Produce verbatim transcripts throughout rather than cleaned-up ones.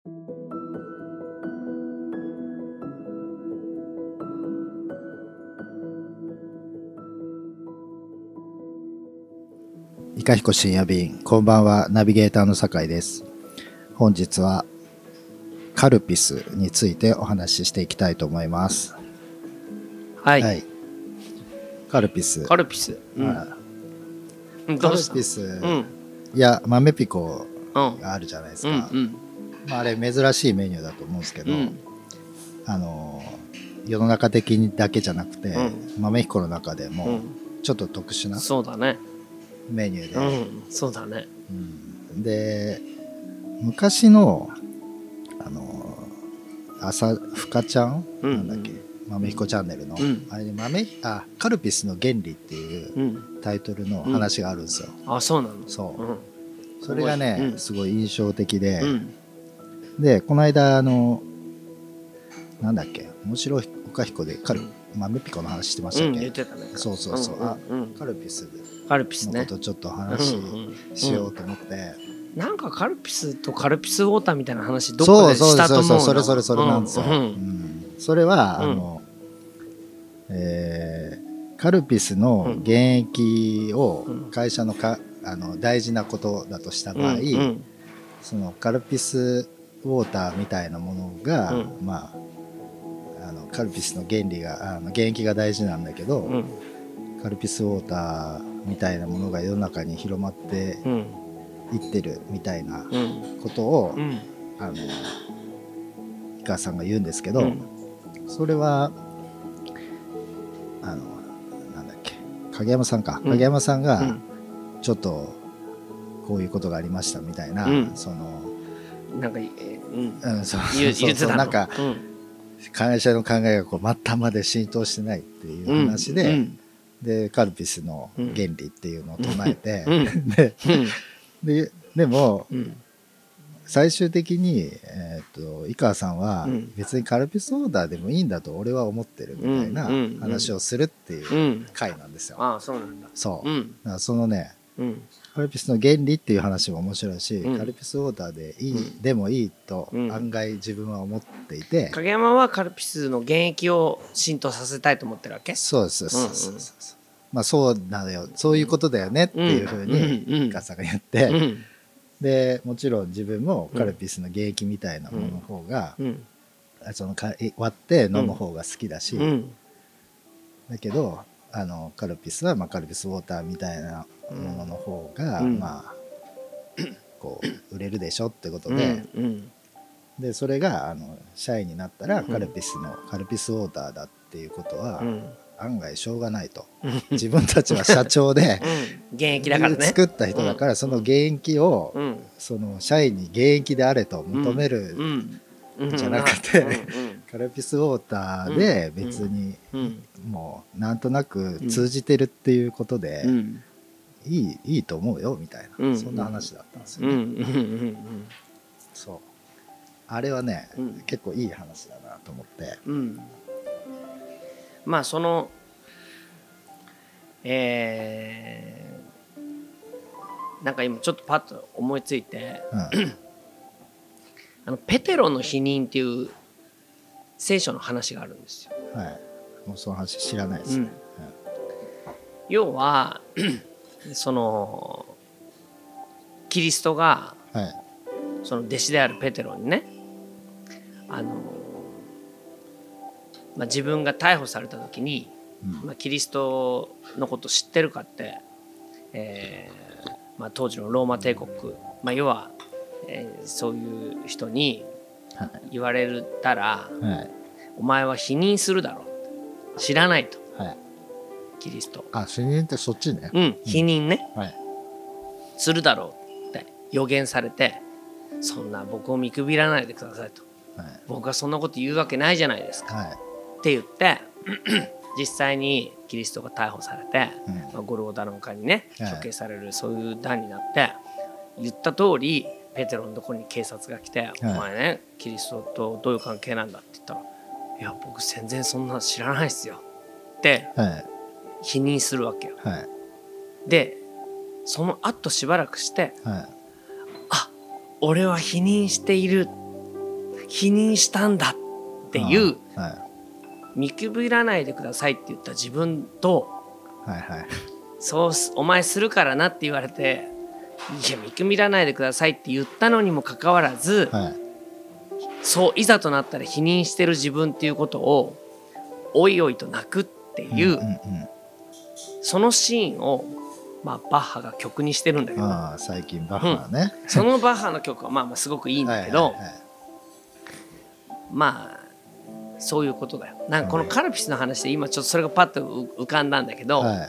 いかひこ深夜便、こんばんは。ナビゲーターの酒井です。本日はカルピスについてお話ししていきたいと思います。 はい、はい、 カルピスカルピス、うんうん、カルピス、うん、いや豆ピコがあるじゃないですか、うんうんまあ、あれ珍しいメニューだと思うんですけど、うん、あの世の中的にだけじゃなくて、うん、豆ピコの中でもちょっと特殊な、 そうだねメニューで、 うん、そうだね、 うん、で昔のあの朝ふかちゃん、うん、なんだっけ豆彦チャンネルの、うん、あれで豆あカルピスの原理っていうタイトルの話があるんですよ、 うん、あそうなのそう、うん、それがね、うん、すごい印象的で、うん、でこの間あのなんだっけ面白いおかひこでカル、うん、豆ピコの話してましたっけ、うん、 言ってたねそうそうそう、うんうんうん、あカルピスカルピスねのことちょっと話しようと思って、うんうんうん、なんかカルピスとカルピスウォーターみたいな話どこかでしたと思うの。 そうそうそうそれそれそれなんですよ、 うんうんうん、それは、うん、あの、えー、カルピスの原液を会社のかあの大事なことだとした場合、うんうん、そのカルピスウォーターみたいなものが、うん、まあ、あのカルピスの原理があの原液が大事なんだけど、うん、カルピスウォーターみたいなものが世の中に広まっていってるみたいなことを、うん、あの井川さんが言うんですけど、うん、それはあのなんだっけ影山さんか、うん、影山さんがちょっとこういうことがありましたみたいな、うん、そのなんか、うんうん、そうそうそうそうなんか、うん、会社の考えがこう末端まで浸透してないっていう話で、うんうんでカルピスの原理っていうのを唱えて、うん、で, で, でも、うん、最終的に、えー、と井川さんは別にカルピスオーダーでもいいんだと俺は思ってるみたいな話をするっていう回なんですよ、 うんうん、ああそうなんだそう、うん、だからそのね、うん、カルピスの原理っていう話も面白いし、うん、カルピスオーダーでいい、うん、でもいいと案外自分は思っていて、 影山はカルピスの原液を浸透させたいと思ってるわけ。 そうですそうです、うんうん、まあそうなのよそういうことだよねっていうふうに井川さんが言って、うんうん、でもちろん自分もカルピスの原液みたいなものの方が、うんうん、そのか割って飲む方が好きだし、うん、だけどあのカルピスはまあカルピスウォーターみたいなものの方が、うん、まあこう売れるでしょってことで、うんうん、でそれがあの社員になったらカルピスの、うん、カルピスウォーターだっていうことは、うん、案外しょうがないと自分たちは社長で、 うん、現役だからね作った人だから、うん、その現役を、うん、その社員に現役であれと求めるんじゃなくて、うんうん、カルピスウォーターで別にもうなんとなく通じてるっていうことで、うん、いい、いいと思うよみたいな、うん、そんな話だったんですよね、うんうんうんうん、そうあれはね、うん、結構いい話だなと思って、うん、 まあそのえー、なんか今ちょっとパッと思いついて、うん、あのペテロの否認っていう聖書の話があるんですよ。 はい、もうその話知らないですね。うんうん、 要はそのキリストが、はい、その弟子であるペテロにね、あの、まあ、自分が逮捕された時に、うんまあ、キリストのこと知ってるかって、えーまあ、当時のローマ帝国、まあ、要は、えー、そういう人に言われたら、はい、お前は否認するだろう知らないと、はい、キリストあ否認ってそっちね、 うん、否認ね、うんはい、するだろうって予言されてそんな僕を見くびらないでくださいと、はい、僕はそんなこと言うわけないじゃないですか、はい、って言って実際にキリストが逮捕されて、うんまあ、ゴルゴダの丘にね処刑される、はい、そういう段になって言った通りペテロのところに警察が来て、はい、お前ねキリストとどういう関係なんだって言ったらいや僕全然そんな知らないっすよって否認するわけよ、はい、でその後しばらくして、はい、あ俺は否認しているっ否認したんだっていう、 はい、 見くびらないでくださいって言った自分と、 はいはい、 そうお前するからなって言われて、いや見くびらないでくださいって言ったのにもかかわらず、はい、そういざとなったら否認してる自分っていうことをおいおいと泣くっていう、うんうんうん、そのシーンを、まあ、バッハが曲にしてるんだけど、 あ最近バッハね、 うん、そのバッハの曲はまあまあすごくいいんだけど、はいはいはい、まあそういうことだよ。なんかこのカルピスの話で今ちょっとそれがパッと浮かんだんだけど、はい、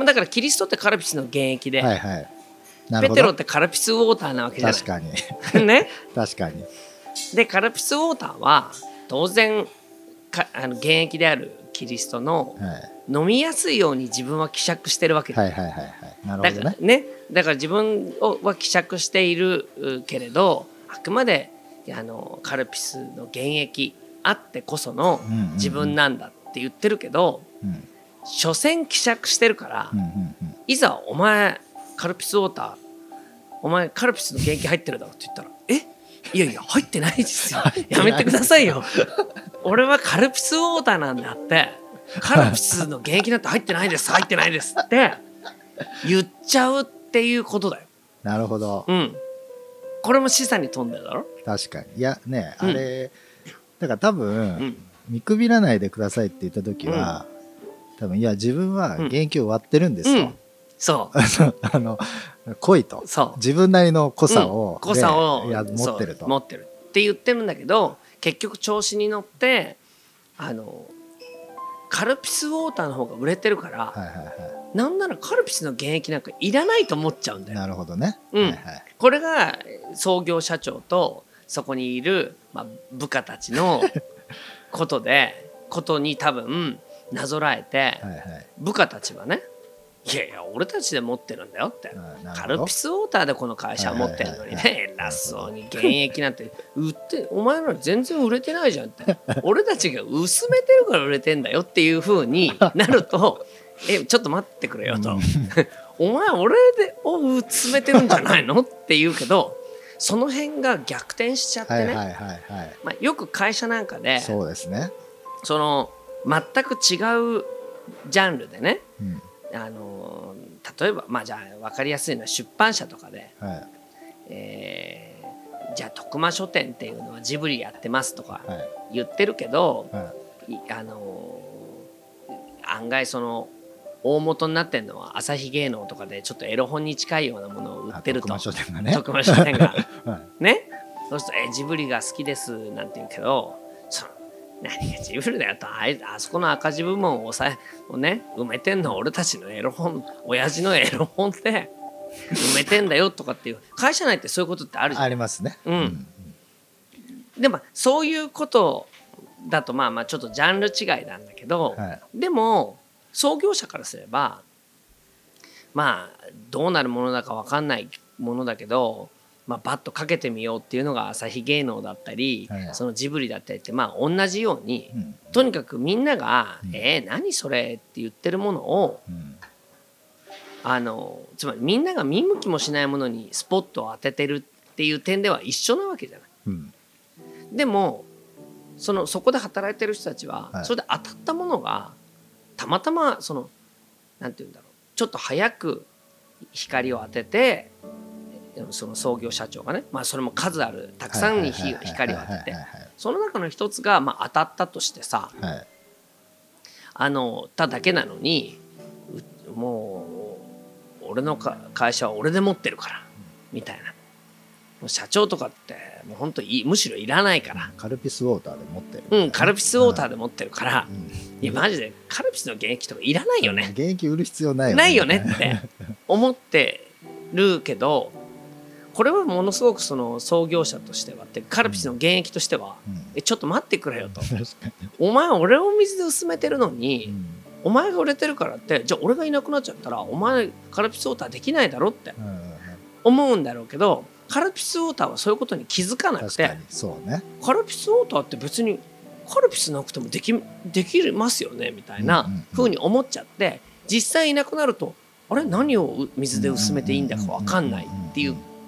だからキリストってカルピスの原液で、はいはい、ペテロってカルピスウォーターなわけじゃない。 確かにね、 確かに。 でカルピスウォーターは当然かあの原液であるキリストの、はい、飲みやすいように自分は希釈してるわけだ。 はいはいはいはい。なるほどね。 だからね、だから自分は希釈しているけれど、あくまであのカルピスの原液あってこその自分なんだって言ってるけど、うんうんうん、所詮希釈してるから、うんうんうん、いざお前カルピスウォーターお前カルピスの原液入ってるだろって言ったら、えいやいや入ってないですよやめてくださいよ俺はカルピスウォーターなんだってカルピスの原液なんて入ってないです入ってないですって言っちゃうっていうことだよ。 なるほど、 うん、これも示唆に富んでるだろ。 確かに。いやねあれ、うん、だから多分、うん、見くびらないでくださいって言った時は、うん、多分いや自分は原液を割ってるんですと、うんうん、そうあの濃いと、自分なりの濃さを、うん、濃さをいや持ってると持ってるって言ってるんだけど、結局調子に乗ってあのカルピスウォーターの方が売れてるから、はいはいはい、なんならカルピスの原液なんかいらないと思っちゃうんだよ。 なるほどね、 うんはいはい、これが創業社長とそこにいる、まあ、部下たちのことでことに多分なぞらえて、はいはい、部下たちはね、いやいや俺たちで持ってるんだよって、カルピスウォーターでこの会社は持ってるのにね、偉そうに原液なんて売ってお前ら全然売れてないじゃんって俺たちが薄めてるから売れてんだよっていう風になるとえちょっと待ってくれよとお前俺でを薄めてるんじゃないのって言うけど、その辺が逆転しちゃってね、はいはいはいはい、まあ、よく会社なんかでそうですね、 その全く違うジャンルでね、うん、あの例えば、まあ、じゃあ分かりやすいのは出版社とかで、はいえー、じゃあ徳間書店っていうのはジブリやってますとか言ってるけど、はい、あの案外その大元になってるのは朝日芸能とかでちょっとエロ本に近いようなものを売ってると、徳間書店がね、徳間書店が、はい、ね、そうするとえジブリが好きですなんて言うけど、その何がジブリだよと あ, あそこの赤字部門を抑えをね埋めてんのは俺たちのエロ本親父のエロ本で埋めてんだよとかっていう会社内ってそういうことってあるじゃん。 ありますね、 うんうん、でもそういうことだとまあまあちょっとジャンル違いなんだけど、はい、でも創業者からすればまあどうなるものだか分かんないものだけど、まあ、バッとかけてみようっていうのが朝日芸能だったり、はい、そのジブリだったりってまあ同じように、うん、とにかくみんなが、うん、えー、何それって言ってるものを、うん、あのつまりみんなが見向きもしないものにスポットを当ててるっていう点では一緒なわけじゃない、うん、でもそのそこで働いてる人たちは、はい、それで当たったものがたまたまそのなんていうんだろう、ちょっと早く光を当ててその創業社長がね、まあ、それも数あるたくさんに光を当ててその中の一つがまあ当たったとしてさ、はい、あのただけなのにもう俺の会社は俺で持ってるからみたいな、もう社長とかってもう本当にむしろいらないから、 カルピスウォーターで持ってる、 うん、カルピスウォーターで持ってるから、うん、いやマジでカルピスの原液とかいらないよね、 原液売る必要ないよねないよねって思ってるけど、これはものすごくその創業者としてはってカルピスの原液としては、うん、えちょっと待ってくれよとお前俺を水で薄めてるのに、うん、お前が売れてるからってじゃあ俺がいなくなっちゃったらお前カルピスウォーターできないだろって思うんだろうけど、カルピスウォーターはそういうことに気づかなくて、確かにそうね、カルピスウォーターって別にカルピスなくてもでき、できますよねみたいな風に思っちゃって、実際いなくなるとあれ何を水で薄めていいんだか分かんないっていう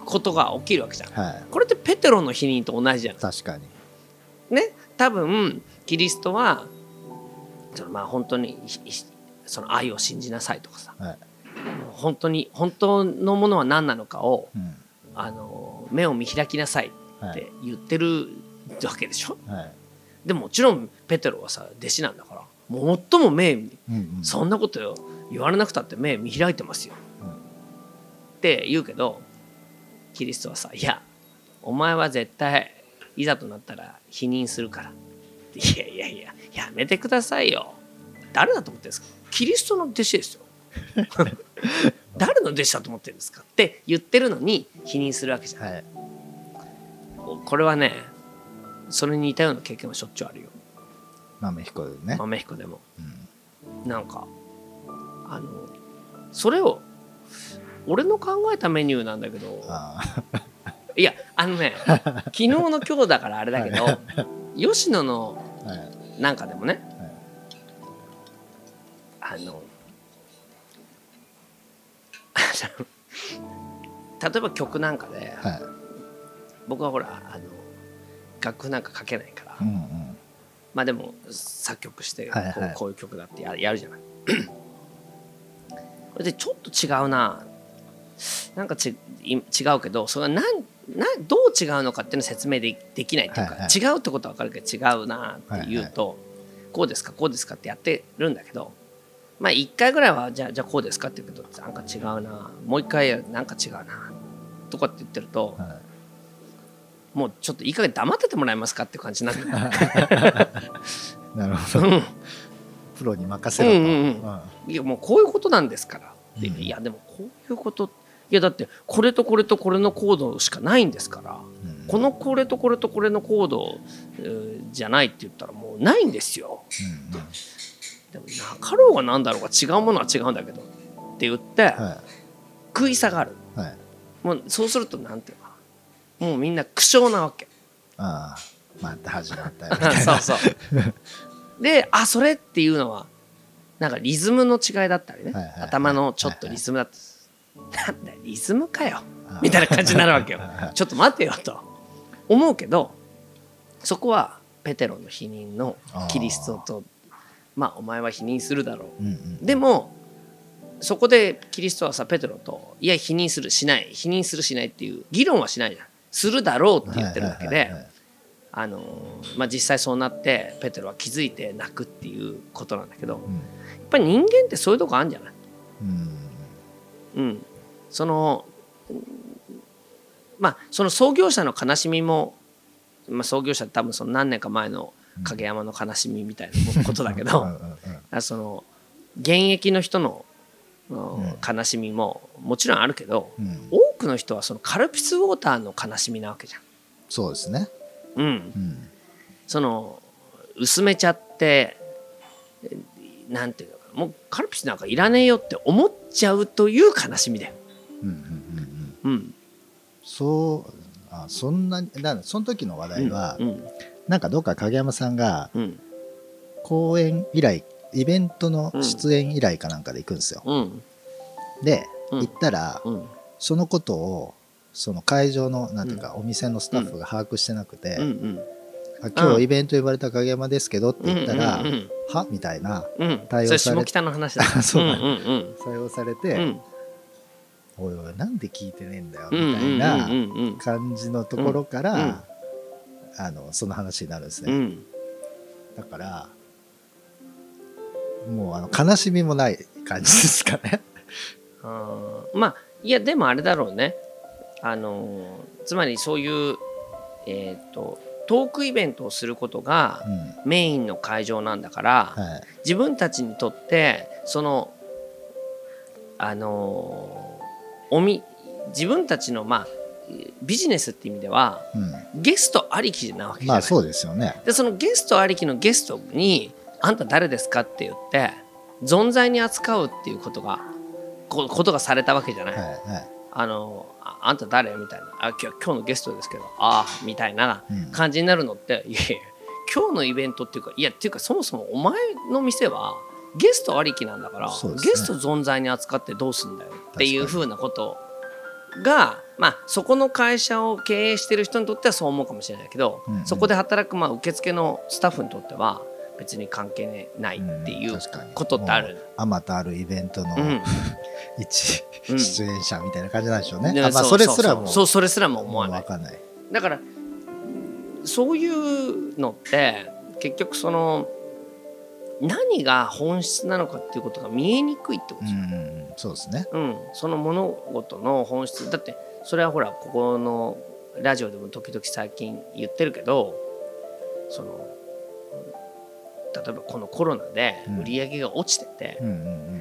ことが起きるわけじゃん、 はい、 これってペテロの否認と同じじゃん。 確かにね、多分キリストはそのまあ本当にその愛を信じなさいとかさ、はい、本当に本当のものは何なのかを、うん、あの目を見開きなさいって言ってるわけでしょ、はい、でももちろんペテロはさ弟子なんだからもっとも目、うんうん、そんなことよ言われなくたって目見開いてますよ、うん、って言うけどキリストはさいやお前は絶対いざとなったら否認するからいやいやいややめてくださいよ誰だと思ってるんですかキリストの弟子ですよ誰の弟子だと思ってるんですかって言ってるのに否認するわけじゃん、はい、これはねそれに似たような経験はしょっちゅうあるよ豆彦でね豆彦でも、うん、なんかあのそれを俺の考えたメニューなんだけどいやあのね昨日の今日だからあれだけど、はい、吉野のなんかでもね、はい、あの例えば曲なんかで、はい、僕はほらあの楽譜なんか書けないから、うんうん、まあでも作曲してこう、はいはい、こういう曲だってやる、やるじゃないこれでちょっと違うななんかち違うけどそれは何何どう違うのかっていうのを説明で き, できないっていうか、はいはい、違うってことは分かるけど違うなって言うと、はいはい、こうですかこうですかってやってるんだけどまあいっかいぐらいはじゃあじゃあこうですかって言うけどなんか違うなもういっかいなんか違うなとかって言ってると、はい、もうちょっといい加減黙っててもらえますかって感じになるなるほど、うん、プロに任せろと、うんうんうん、 いやもうこういうことなんですからって、うん、いやでもこういうこといやだってこれとこれとこれのコードしかないんですから、うん、このこれとこれとこれのコード、えー、じゃないって言ったらもうないんですよ、うんうん、でもなかろうがなんだろうが違うものは違うんだけどって言って、はい、食い下がる、はい、もうそうするとなんていうかもうみんな苦笑なわけああまた始まったよみたいなそうそうであそれっていうのはなんかリズムの違いだったりね、はいはいはい、頭のちょっとリズムだったり、はいはいなんだリズムかよみたいな感じになるわけよちょっと待てよと思うけどそこはペテロの否認のキリストとまあお前は否認するだろう、うんうん、でもそこでキリストはさペテロといや否認するしない否認するしないっていう議論はしないじゃんするだろうって言ってるだけで、はいはいはいはい、あのまあ、実際そうなってペテロは気づいて泣くっていうことなんだけど、うん、やっぱり人間ってそういうとこあるんじゃない、うんうん、そのまあその創業者の悲しみも、まあ、創業者って多分その何年か前の影山の悲しみみたいなことだけどその現役の人の悲しみももちろんあるけど、うん、多くの人はそのカルピスウォーターの悲しみなわけじゃん。 そうですね、 うんうん、その薄めちゃってなんていうのかもうカルピスなんかいらねえよって思っちゃうという悲しみだよ。うんうんうんうん。 そうあそんなだその時の話題は、うんうん、なんかどっか影山さんが、うん、講演依頼イベントの出演依頼かなんかで行くんですよ。うん、で、うん、行ったら、うん、そのことをその会場のなんていうか、うん、お店のスタッフが把握してなくて。うんうん今日イベント呼ばれた影山ですけどって言ったら、うんうんうん、はみたいな対応されて、うん、それ下北の話だそうだ、うんうんうん、対応されて、うん、おいおいなんで聞いてねえんだよみたいな感じのところから、うんうんうん、あのその話になるんですね、うん、だからもうあの悲しみもない感じですかねあまあいやでもあれだろうねあのつまりそういうえっとトークイベントをすることがメインの会場なんだから、うんはい、自分たちにとってそのあのおみ自分たちのまあビジネスって意味では、うん、ゲストありきなわけじゃない。まあそうですよね。 でそのゲストありきのゲストにあんた誰ですかって言って存在に扱うっていうことがこことがされたわけじゃない。はいはい、あのあんた誰みたいなあ 今, 今日のゲストですけどああみたいな感じになるのって、うん、いやいや今日のイベントっていうかいやっていうかそもそもお前の店はゲストありきなんだから、ね、ゲスト存在に扱ってどうすんだよっていうふうなことが、まあ、そこの会社を経営してる人にとってはそう思うかもしれないけど、うんうん、そこで働くまあ受付のスタッフにとっては別に関係ないっていうことってある。 あまたあるイベントの、うん、一出演者みたいな感じなんでしょうね。うん、あまあ、それすらもそうそれすらも思わない。 分かんない。 だからそういうのって結局その何が本質なのかっていうことが見えにくいってことですよ。うん、 そうですね。 うん、その物事の本質だってそれはほらここのラジオでも時々最近言ってるけど、その例えばこのコロナで売り上げが落ちてて、うんうんうん、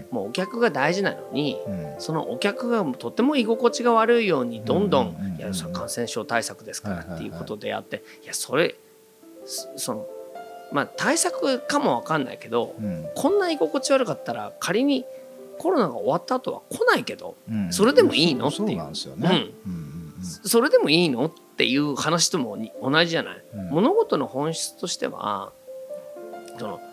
もうお客が大事なのに、うん、そのお客がとても居心地が悪いようにどんどん、うんうんうんうん、いやそれ感染症対策ですからっていうことでやって、はいはいはい、いやそれそのまあ対策かも分かんないけど、うん、こんな居心地悪かったら仮にコロナが終わった後は来ないけど、うん、それでもいいのっていう、そうなんですよね、うんうんうんうん、それでもいいのっていう話とも同じじゃない、うん、物事の本質としてはその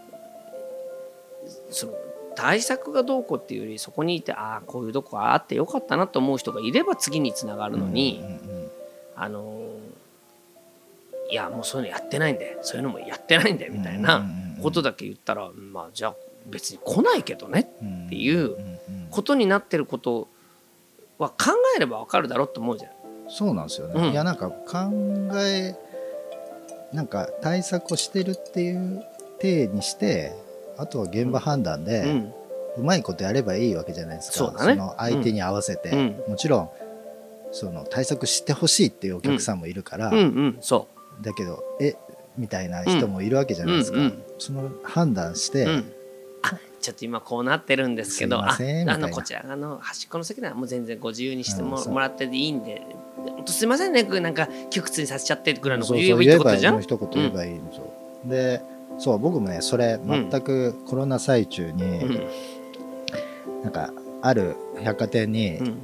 その対策がどうこうっていうよりそこにいてああこういうとこがあってよかったなと思う人がいれば次につながるのに、うんうんうん、あのいやもうそういうのやってないんでそういうのもやってないんでみたいなことだけ言ったら、まあじゃあ別に来ないけどねっていうことになってることは考えれば分かるだろうと思うじゃん。 そうなんですよね、うん、いやなんか考えなんか対策をしてるっていう体にしてあとは現場判断で、うん、うまいことやればいいわけじゃないですか。そうだね、その相手に合わせて、うん、もちろんその対策してほしいっていうお客さんもいるから、うんうんうん、そうだけどえみたいな人もいるわけじゃないですか、うんうんうん、その判断して、うん、 あちょっと今こうなってるんですけどああのこちらの端っこの席ならもう全然ご自由にして も,、うん、もらってでいいんですいませんねなんか窮屈にさせちゃってぐらいのこと言えばいいってことじゃん。 一言言えばいいんですよ、うん、でそう僕もねそれ全くコロナ最中に、うん、なんかある百貨店に行って、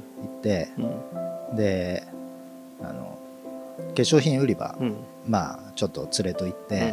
うん、であの化粧品売り場、うん、まあちょっと連れと行って、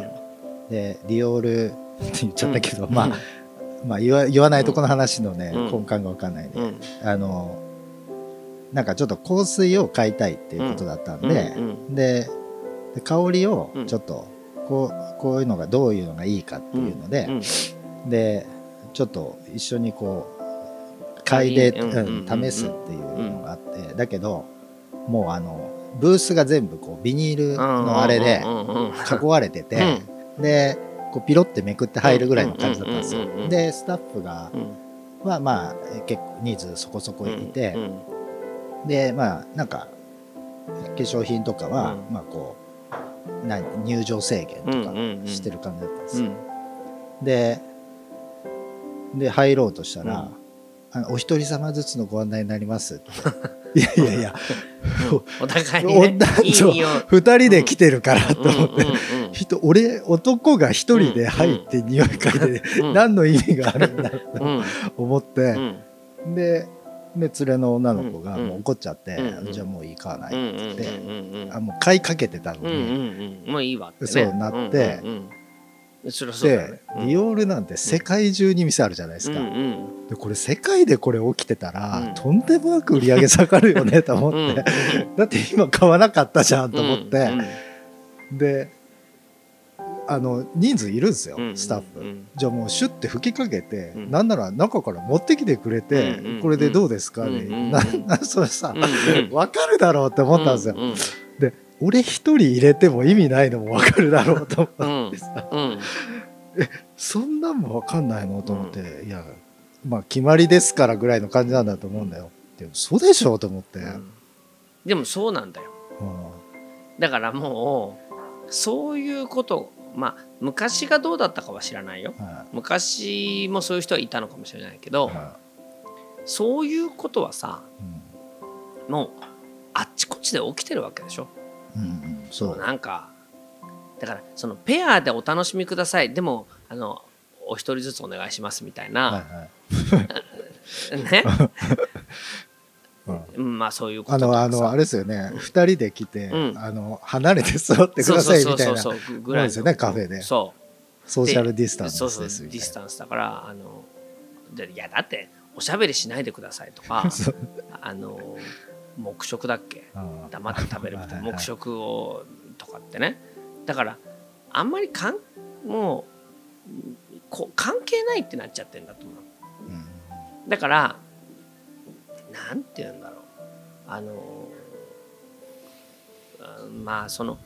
うん、でディオールって言っちゃったけど、うん、まあ、まあ言わ、言わないとこの話のね、うん、根幹が分かんないんで、うん、あのなんかちょっと香水を買いたいっていうことだったんで、うんうん、で, で香りをちょっとこう、こういうのがどういうのがいいかっていうので、うんうん、でちょっと一緒にこう嗅いで、うん、試すっていうのがあって、だけどもうあのブースが全部こうビニールのあれで囲われてて、でこうピロってめくって入るぐらいの感じだったんですよ。でスタッフがはまあ結構人数そこそこいて、でまあなんか化粧品とかはまあこう何入場制限とかしてる感じだったんですよ。でで入ろうとしたら、あのお一人様ずつのご案内になりますっていやいやいやお互いにねふたりで来てるからと思って、人俺男が一人で入って匂い嗅いで何の意味があるんだと思って、でで連れの女の子がもう怒っちゃって、じゃあもういい買わないって言って、あもう買いかけてたのにもういいわってそうなって、でディオールなんて世界中に店あるじゃないですか、うんうん、でこれ世界でこれ起きてたら、うん、とんでもなく売り上げ下がるよねと思ってうん、だって今買わなかったじゃんと思って、うんうん、であの人数いるんですよ、うんうん、スタッフ、うん、じゃあもうシュッて吹きかけて、うん、なんなら中から持ってきてくれて、うんうん、これでどうですかね、うんうん、ななそれさ、うんうん、分かるだろうって思ったんですよ、うんうん、で俺一人入れても意味ないのも分かるだろうと思ってさ、うんうん、えそんなんも分かんないのと思って、うん、いやまあ決まりですからぐらいの感じなんだと思うんだよ。でもそうでしょうと思って、うん、 でもそうなんだよ、うん、だからもうそういうことまあ昔がどうだったかは知らないよ、はい、昔もそういう人はいたのかもしれないけど、はい、そういうことはさ、うん、もうあっちこっちで起きてるわけでしょ。うんうん、そうなんかだからそのペアでお楽しみくださいでもあのお一人ずつお願いしますみたいな、はいはい、ねうん、まあそういうこととかさあのあのあれですよねふたりで来て、うん、あの離れて座ってくださいみたいなぐらいですよねカフェでそうソーシャルディスタンスですそうそうディスタンスだからあのいやだっておしゃべりしないでくださいとかあの黙食だっけ、黙って食べるみたいな黙食をとかってね。だからあんまりかんもうこ関係ないってなっちゃってるんだと思う、うん、だからなんて言うんだろう、あのまあその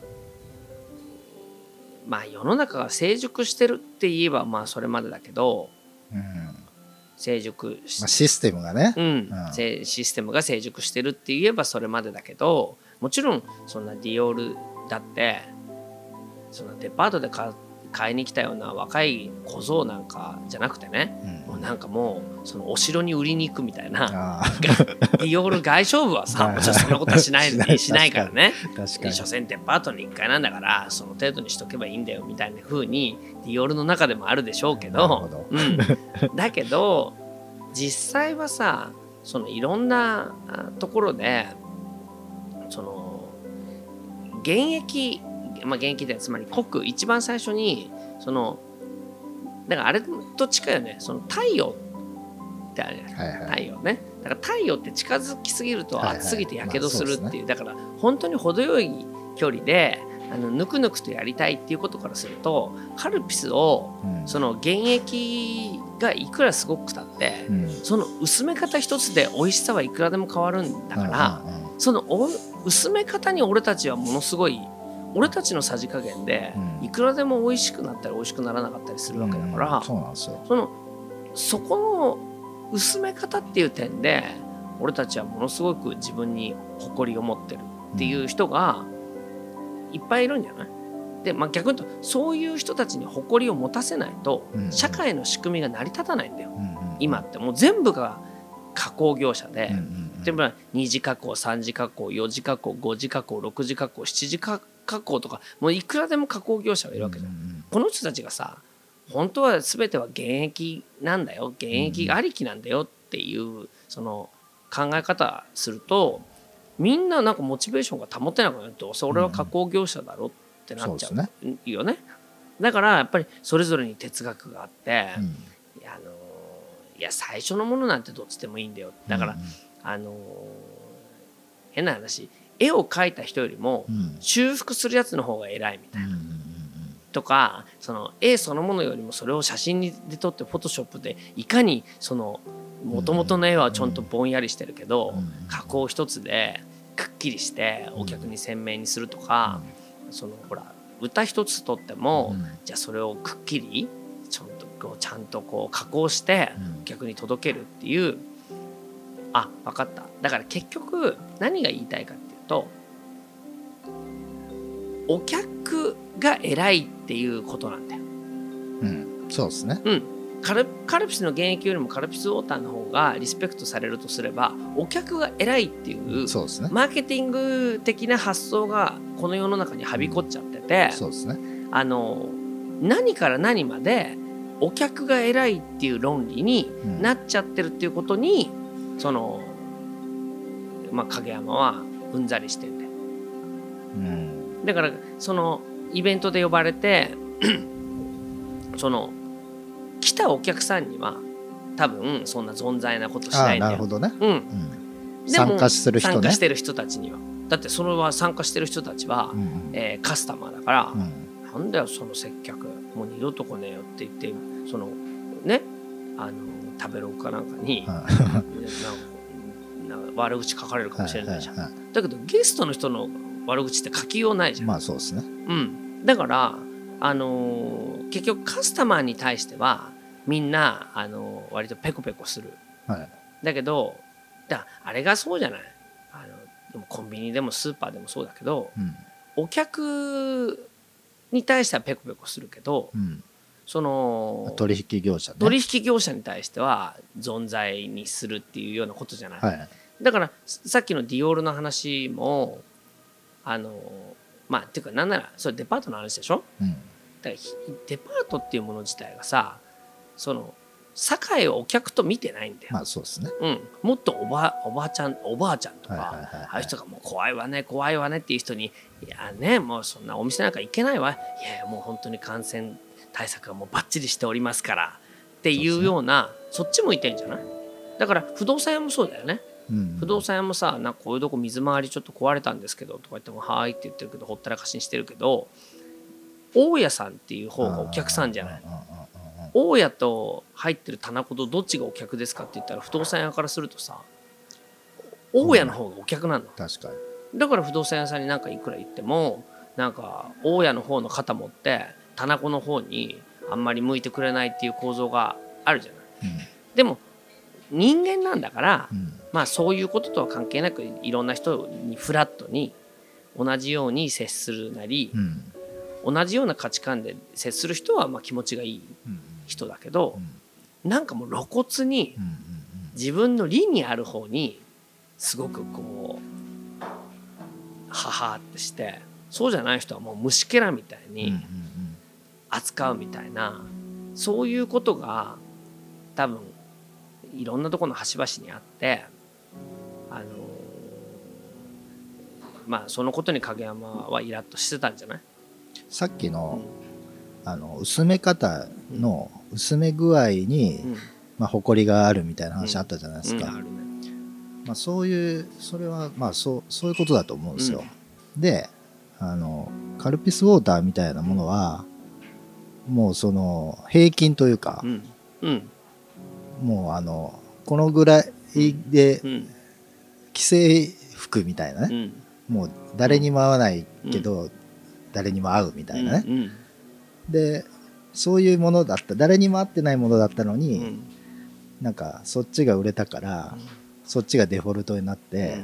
まあ世の中が成熟してるって言えばまあそれまでだけど、うん、成熟し、 まあ、システムがね、 うんうん、システムが成熟してるって言えばそれまでだけど、もちろんそんなディオールだってそのデパートで買いに来たような若い小僧なんかじゃなくてね、うん、もうなんかもうそのお城に売りに行くみたいなディオール外商部はさ、もちろんそんなことはしないしないからね。所詮デパートにいっかいなんだからその程度にしとけばいいんだよみたいな風にディオールの中でもあるでしょうけど、どうん、だけど実際はさ、そのいろんなところでその現役まあ、現役でつまり国一番最初にそのだからあれと近いよね、その太陽ってあるじゃない、はいはい、太陽ね。だから太陽って近づきすぎると暑すぎてやけどするっていう、はいはいまあ、だから本当に程よい距離であのぬくぬくとやりたいっていうことからするとカルピスを、うん、その原液がいくらすごくたって、うん、その薄め方一つで美味しさはいくらでも変わるんだから、うんうんうん、その薄め方に俺たちはものすごい俺たちのさじ加減でいくらでも美味しくなったり美味しくならなかったりするわけだから、うん、そうなんですよ。そのそこの薄め方っていう点で俺たちはものすごく自分に誇りを持ってるっていう人がいっぱいいるんじゃない？で、まあ、逆に言うとそういう人たちに誇りを持たせないと社会の仕組みが成り立たないんだよ、うんうん、今ってもう全部が加工業者で、うんうんうん、でもに次加工さん次加工よ次加工ご次加工ろく次加工しち次加工とかもういくらでも加工業者がいるわけじゃん、うんうん、この人たちがさ本当は全ては現役なんだよ現役ありきなんだよっていうその考え方するとみんななんかモチベーションが保てなくなるとそれは加工業者だろってなっちゃうよね、うん、ね。だからやっぱりそれぞれに哲学があって、うん、いやあのいや最初のものなんてどっちでもいいんだよ。だから、うん、あの変な話絵を描いた人よりも修復するやつの方が偉いみたいな、うん、とかその絵そのものよりもそれを写真で撮ってフォトショップでいかにその元々の絵はちょんとぼんやりしてるけど、うん、加工一つでくっきりしてお客に鮮明にするとか、うん、そのほら歌一つ撮っても、うん、じゃあそれをくっきりちょんとこうちゃんとこう加工してお客に届けるっていう、うん、あ分かった。だから結局何が言いたいかっていうとお客が偉いっていうことなんだよ。 うん、そうですね。 うんカル、カルピスの原液よりもカルピスウォーターの方がリスペクトされるとすればお客が偉いっていう、そうですね、マーケティング的な発想がこの世の中にはびこっちゃってて、うん、そうですね、あの何から何までお客が偉いっていう論理になっちゃってるっていうことに、うん、その、まあ、影山はうんざりしてんだよ、うん、だからそのイベントで呼ばれてその来たお客さんには多分そんな存在なことしないんだよ。ああ、なるほどね、うんうん、 参加する人ね。 参加してる人たちにはだってそれは参加してる人たちは、うんうんえー、カスタマーだから、うん、なんだよその接客もう二度と来ねえよって言ってそのねあの食べログかなんかに、なんかなんか悪口書かれるかもしれないじゃん、はいはいはい、だけどゲストの人の悪口って書きようないじゃん。 まあそうですね、 うん、だからあのー、結局カスタマーに対してはみんな、あのー、割とペコペコする、はい、だけどだあれがそうじゃないあのでもコンビニでもスーパーでもそうだけど、うん、お客に対してはペコペコするけど、うん、その取引業者ね取引業者に対しては存在にするっていうようなことじゃない、はい、だからさっきのディオールの話もあのー、まあっていうかなんならそれデパートの話でしょ、うんだからデパートっていうもの自体がさその栄をお客と見てないんだよ。 まあそうですね、 うん、もっとおばおばあちゃんおばあちゃんとか、はいはいはいはい、ああいう人がもう怖いわね怖いわねっていう人にいやねもうそんなお店なんか行けないわいやいやもう本当に感染対策がもうバッチリしておりますからっていうような そ,、ね、そっちもいてんじゃない。だから不動産屋もそうだよね。 うん、不動産屋もさなんかこういうとこ水回りちょっと壊れたんですけどとか言ってもはーいって言ってるけどほったらかしにしてるけど大家さんっていう方がお客さんじゃない。大家と入ってる棚子とどっちがお客ですかって言ったら不動産屋からするとさ大家の方がお客なの、うん、 確かに。 だから不動産屋さんになんかいくら言ってもなんか大家の方の肩持って棚子の方にあんまり向いてくれないっていう構造があるじゃない、うん、でも人間なんだから、うん、まあそういうこととは関係なくいろんな人にフラットに同じように接するなり、うん、同じような価値観で接する人はまあ気持ちがいい人だけど、うん、なんかもう露骨に自分の理にある方にすごくこうははってしてそうじゃない人はもう虫けらみたいに扱うみたいなそういうことが多分いろんなところの端々にあってあのー、まあそのことに影山はイラッとしてたんじゃない？ さっきの、うん、あの薄め方の薄め具合に、うんまあ、埃があるみたいな話あったじゃないですか、うんうんあるねまあ、そういうそれはまあそうそういうことだと思うんですよ、うん、であのカルピスウォーターみたいなものはもうその平均というか、うんうん、もうあのこのぐらいで、うん、既製服みたいなね、うん、もう誰にも合わないけど、うん、誰にも合うみたいなね、うんうん、でそういうものだった誰にも合ってないものだったのに、うん、なんかそっちが売れたから、うん、そっちがデフォルトになって、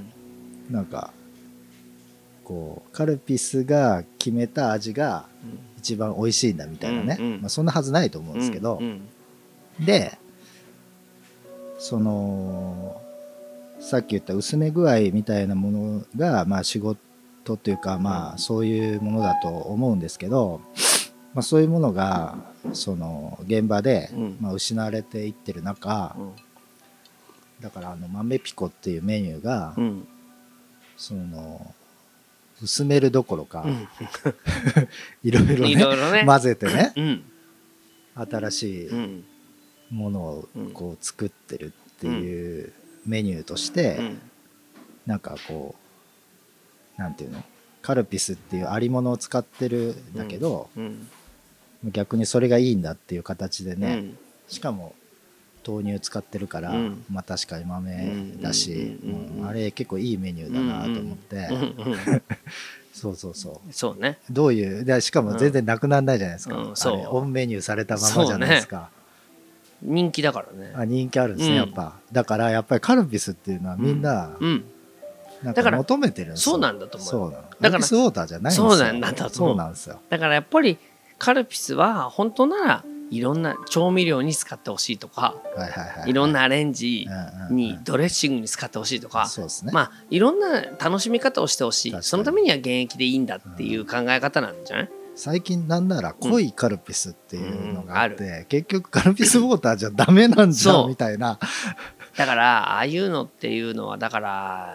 うん、なんかこうカルピスが決めた味が一番美味しいんだみたいなね、うんうんまあ、そんなはずないと思うんですけど、うんうん、でそのさっき言った薄め具合みたいなものがまあ仕事というかまあそういうものだと思うんですけど、まあ、そういうものがその現場でまあ失われていってる中、だからあの豆ピコっていうメニューがその薄めるどころかいろいろね混ぜてね新しいものをこう作ってるっていうメニューとしてなんかこうなんていうのカルピスっていうありものを使ってるんだけど逆にそれがいいんだっていう形でねしかも豆乳使ってるからまあ確かに豆だしあれ結構いいメニューだなと思ってそうそうそうそうねどういうでしかも全然なくならないじゃないですか、うん、そうあれオンメニューされたままじゃないですか。 人気だからねあ人気あるんですね、うん、やっぱだからやっぱりカルピスっていうのはみんな、うんうんなんか求めてるんですよ。 そうなんだと思う。 そうなの。カルピスウォーターじゃないんですよ。 そうなんだと思う。 そうなんですよ。 だからやっぱりカルピスは本当ならいろんな調味料に使ってほしいとか、はいはいはいはい、いろんなアレンジにドレッシングに使ってほしいとか、そうですね。まあいろんな楽しみ方をしてほしい。そのためには現役でいいんだっていう考え方なんじゃない？ 最近なんなら濃いカルピスっていうのがあって、うんうん、結局カルピスウォーターじゃダメなんじゃんみたいな。 だからああいうのっていうのはだから。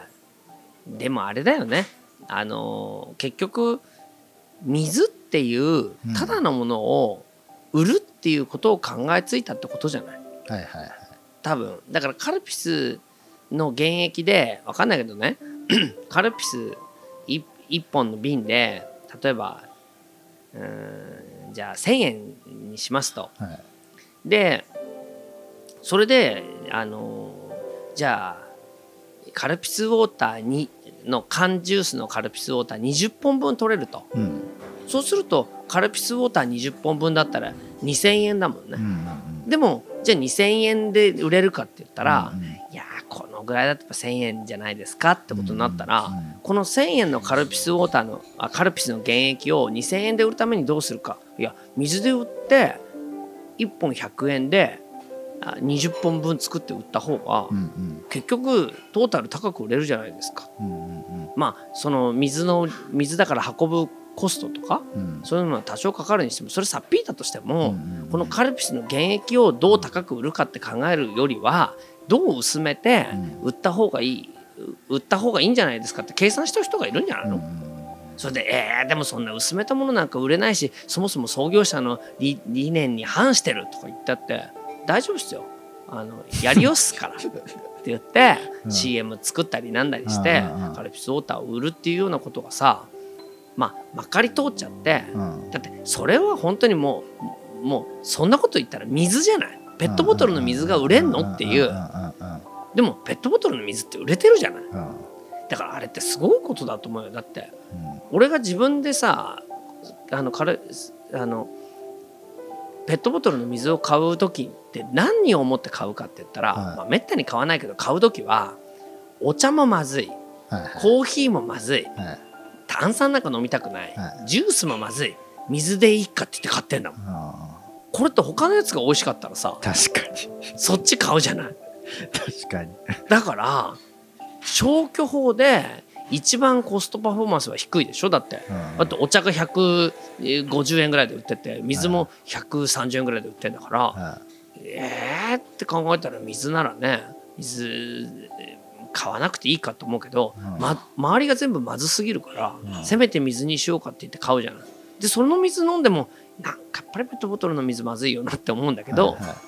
でもあれだよねあの結局水っていうただのものを売るっていうことを考えついたってことじゃない、はいはいはい、多分だからカルピスの原液で分かんないけどねカルピスいっぽんの瓶で例えばうーんじゃあせんえんにしますと、はい、でそれであのじゃあカルピスウォーターにの缶ジュースのカルピスウォーターにじゅっぽんぶん取れると、うん、そうするとカルピスウォーターにじゅっぽんぶんだったらにせんえんだもんね、うんうんうん、でもじゃあにせんえんで売れるかって言ったら、うんうん、いやこのぐらいだとせんえんじゃないですかってことになったら、うんうん、このせんえんのカルピスウォーターのあカルピスの原液をにせんえんで売るためにどうするかいや水で売っていっぽんひゃくえんでにじゅっぽんぶん作って売った方が、うんうん、結局トータル高く売れるじゃないですか、うんうんうん、まあその水の水だから運ぶコストとか、うん、そういうのは多少かかるにしてもそれさっぴいたとしても、うんうんうん、このカルピスの原液をどう高く売るかって考えるよりはどう薄めて売った方がいい、売った方がいいんじゃないですかって計算してる人がいるんじゃないの、うんうん、それでえー、でもそんな薄めたものなんか売れないしそもそも創業者の 理, 理念に反してるとか言ったって大丈夫ですよあのやりよすからって言って、 うん、 シーエム 作ったりなんだりして、うん、カルピスウォーターを売るっていうようなことがさ、まあまかり通っちゃって、うん、だってそれは本当にもうもうそんなこと言ったら水じゃない。ペットボトルの水が売れんのっていう。でもペットボトルの水って売れてるじゃない。だからあれってすごいことだと思うよ。だって、うん、俺が自分でさあのカルあのペットボトルの水を買う時って何を思って買うかって言ったら、はい、まあ、めったに買わないけど買う時はお茶もまずい、はいはい、コーヒーもまずい、はい、炭酸なんか飲みたくない、はい、ジュースもまずい、水でいいかって言って買ってんだもん。これって他のやつが美味しかったらさ、 確かにそっち買うじゃない。 確かに。だから消去法で一番コストパフォーマンスは低いでしょ。だって、うん、だってお茶がひゃくごじゅうえんぐらいで売ってて水もひゃくさんじゅうえんぐらいで売ってんだから、うん、えーって考えたら水ならね、水買わなくていいかと思うけど、うん、ま、周りが全部まずすぎるから、うん、せめて水にしようかって言って買うじゃない。でその水飲んでもなんかやっぱりペットボトルの水まずいよなって思うんだけど、はいはい、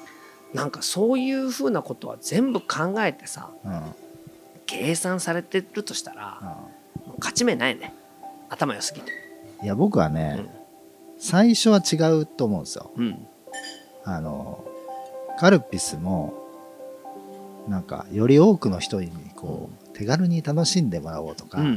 なんかそういうふうなことは全部考えてさ、うん、計算されてるとしたら、うん、もう勝ち目ないね。頭良すぎて。 いや僕はね、うん、最初は違うと思うんですよ、うん、あのカルピスもなんかより多くの人にこう、うん、手軽に楽しんでもらおうとか、うんうん、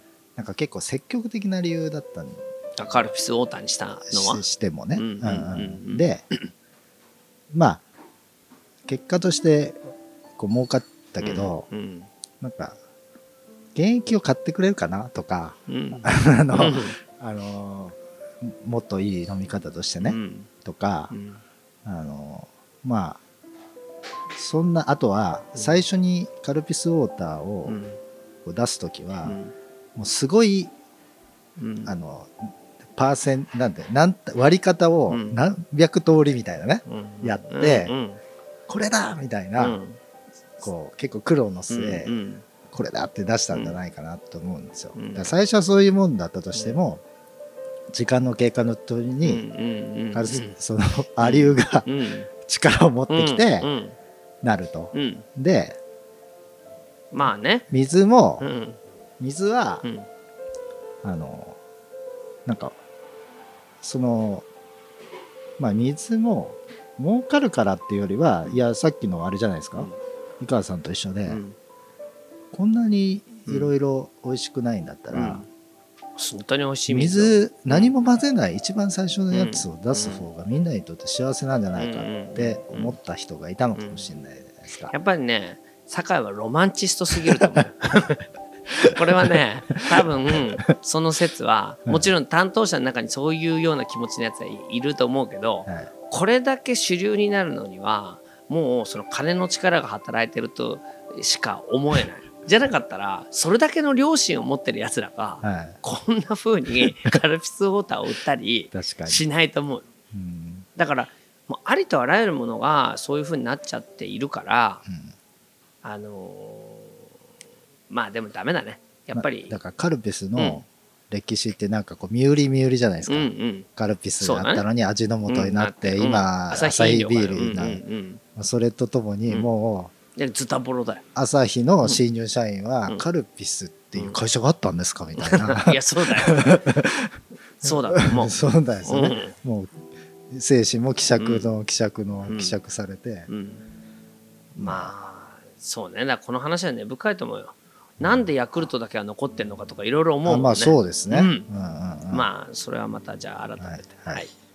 なんか結構積極的な理由だったんで、 カルピスウォーターにしたのはし, してもね、でまあ結果としてこう儲かったけど、うんうん、なんか原液を買ってくれるかなとか、うん、あの、うん、あのもっといい飲み方としてね、うん、とか、うん、あのまあそんなあとは最初にカルピスウォーターをこう出すときは、うん、もうすごい、うん、あのパーセンなんてなん割り方を何百通りみたいなね、うん、やって、うん、これだみたいな、うん、こう結構苦労の末、うん、これだって出したんじゃないかなと思うんですよ。だから最初はそういうもんだったとしても、時間の経過のときに、うん、そのアリューが力を持ってきてなると、うん、でまあね水も、水は、あのなんかそのまあ水も儲かるからっていうよりは、いやさっきのあれじゃないですか、うん、井川さんと一緒で、うん、こんなにいろいろ美味しくないんだったら、うん、 本当に美味しい水、水何も混ぜない一番最初のやつを出す方がみんなにとって幸せなんじゃないかって思った人がいたのかもしれないじゃないですか。 やっぱりね、酒井はロマンチストすぎると思うこれはね、多分その説はもちろん担当者の中にそういうような気持ちのやつはいると思うけど、はい、これだけ主流になるのにはもうその金の力が働いてるとしか思えない。じゃなかったらそれだけの良心を持ってるやつらが、はい、こんな風にカルピスウォーターを売ったりしないと思う。うん、だからもうありとあらゆるものがそういう風になっちゃっているから、うん、あのーまあでもダメだねやっぱり、 ま、だからカルピスの歴史ってなんかこう身売り身売りじゃないですか、うんうん、カルピスだったのに味の素になって、うん、今、うん、アサヒビールになる、うんうん、それとともにもう、うん、ズタボロだよ。 アサヒの新入社員はカルピスっていう会社があったんですかみたいな、 いやそうだよそうだもうそうだですね、うん、もう精神も希釈の希釈の希釈されて、うんうん、 まあそうね。だからこの話は根深いと思うよ。なんでヤクルトだけは残ってんのかとかいろいろ思うもんね。 まあそうですね、うんうんうんうん、まあそれはまたじゃあ改めて、はいはい。